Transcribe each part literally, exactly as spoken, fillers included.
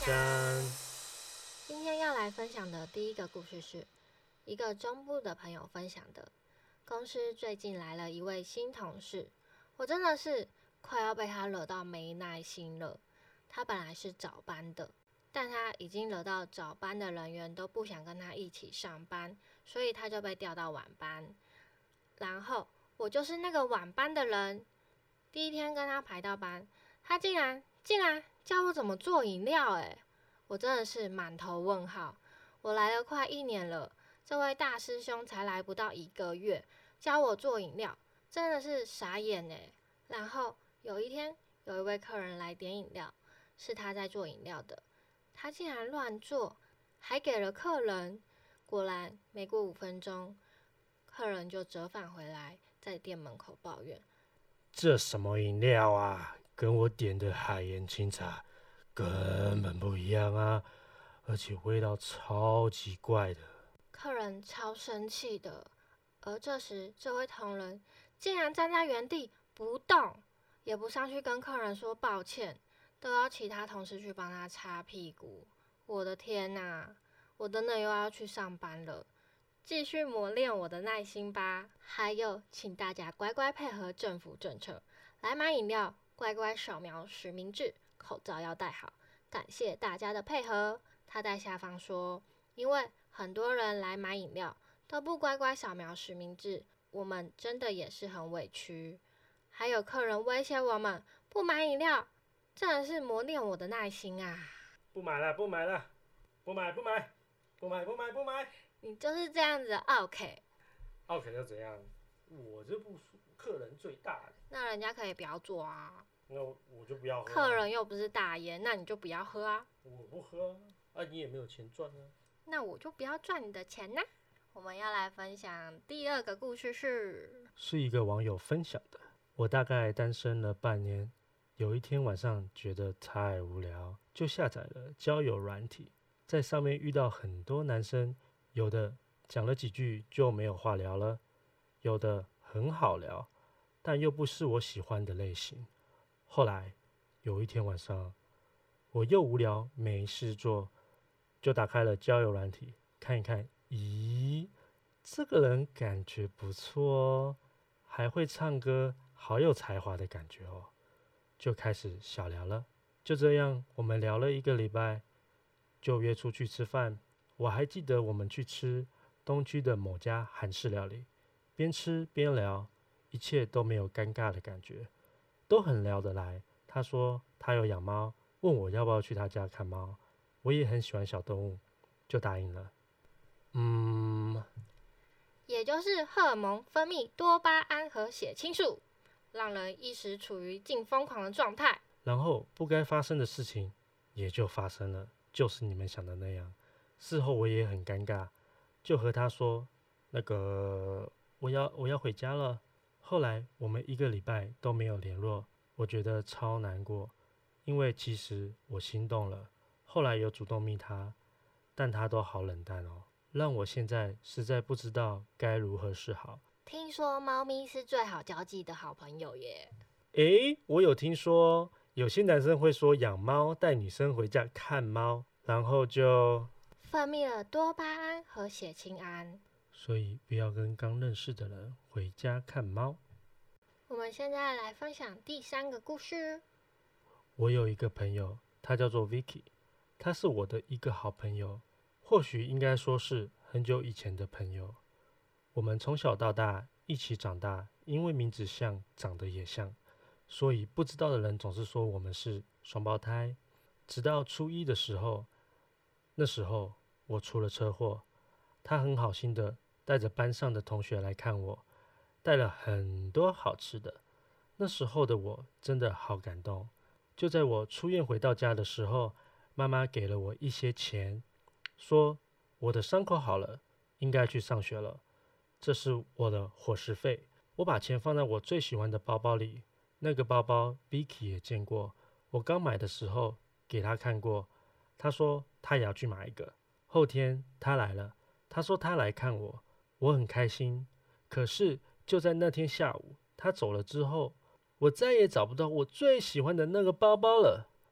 山。 今天要来分享的第一个故事是一个中部的朋友分享的。公司最近来了一位新同事，我真的是快要被他惹到没耐心了。他本来是早班的，但他已经惹到早班的人员都不想跟他一起上班，所以他就被调到晚班。然后我就是那个晚班的人，第一天跟他排到班，他竟然竟然教我怎么做饮料，欸，我真的是满头问号。我来了快一年了，这位大师兄才来不到一个月，教我做饮料，真的是傻眼欸。然后有一天，有一位客人来点饮料，是他在做饮料的，他竟然乱做，还给了客人。果然，没过五分钟，客人就折返回来，在店门口抱怨： 这什么饮料啊？跟我点的海盐清茶根本不一样啊！而且味道超级怪的。 客人超生气的，而这时这位同仁竟然站在原地不动，也不上去跟客人说抱歉，都要其他同事去帮他擦屁股。我的天哪，我真的又要去上班了，继续磨练我的耐心吧。还有，请大家乖乖配合政府政策，来买饮料，乖乖扫描实名制，口罩要戴好。感谢大家的配合。他在下方说，因为很多人来买饮料都不乖乖扫描实名制，我们真的也是很委屈。还有客人威胁我们不买饮料，真的是磨练我的耐心啊！ 不买了，不买了，不买不买，不买不买不买。 你就是这样子的 OK。 OK 又怎样？我这不输，客人最大的。 那人家可以不要做啊。 那我就不要喝啊。 客人又不是大爷，那你就不要喝啊。 我不喝啊，啊你也没有钱赚啊。 那我就不要赚你的钱呐。我们要来分享第二个故事是， 是一个网友分享的。我大概单身了半年，有一天晚上觉得太无聊，就下载了交友软体，在上面遇到很多男生，有的讲了几句就没有话聊了，有的很好聊，但又不是我喜欢的类型。后来有一天晚上，我又无聊没事做，就打开了交友软体看一看，咦，这个人感觉不错哦，还会唱歌，好有才华的感觉哦，就开始小聊了。就这样，我们聊了一个礼拜，就约出去吃饭。我还记得我们去吃东区的某家韩式料理，边吃边聊，一切都没有尴尬的感觉，都很聊得来。他说他有养猫，问我要不要去他家看猫，我也很喜欢小动物，就答应了。嗯， 也就是荷尔蒙分泌多巴胺和血清素，让人一时处于近疯狂的状态。 然后不该发生的事情也就发生了，就是你们想的那样。事后我也很尴尬，就和他说，那个我要我要回家了。后来我们一个礼拜都没有联络，我觉得超难过，因为其实我心动了。后来有主动密他，但他都好冷淡哦，让我现在实在不知道该如何是好。 听说猫咪是最好交际的好朋友耶。 诶，我有听说有些男生会说养猫带女生回家看猫，然后就分泌了多巴胺和血清胺， 所以不要跟刚认识的人回家看猫。 我们现在来分享第三个故事。 我有一个朋友，他叫做 Vicky， 他是我的一个好朋友，或许应该说是很久以前的朋友。我们从小到大一起长大，因为名字像，长得也像，所以不知道的人总是说我们是双胞胎。直到初一的时候，那时候我出了车祸，他很好心的带着班上的同学来看我，带了很多好吃的。那时候的我真的好感动。就在我出院回到家的时候，妈妈给了我一些钱，说我的伤口好了，应该去上学了。这是我的伙食费。我把钱放在我最喜欢的包包里，那个包包 Vicky 也见过，我刚买的时候给他看过，他说他也要去买一个。后天他来了，他说他来看我，我很开心。可是就在那天下午，他走了之后，我再也找不到我最喜欢的那个包包了。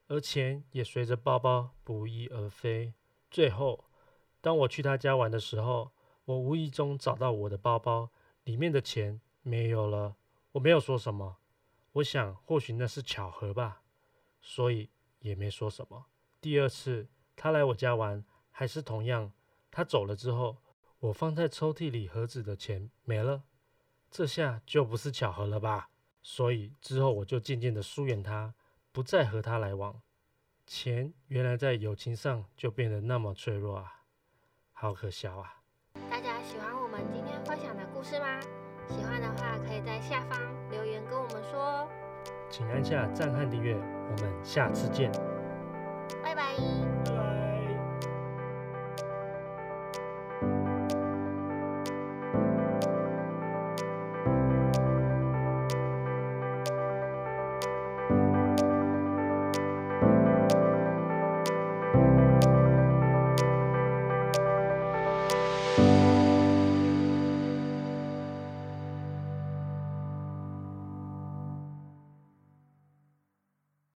而钱也随着包包不翼而飞。最后，当我去他家玩的时候，我无意中找到我的包包，里面的钱没有了。我没有说什么，我想或许那是巧合吧，所以也没说什么。第二次他来我家玩，还是同样，他走了之后，我放在抽屉里盒子的钱没了，这下就不是巧合了吧？所以之后我就渐渐的疏远他，不再和他来往。钱原来在友情上就变得那么脆弱啊，好可笑啊！ 大家喜欢我们今天分享的故事吗？喜欢的话，可以在下方留言跟我们说哦。 请按下赞和订阅，我们下次见， 拜拜。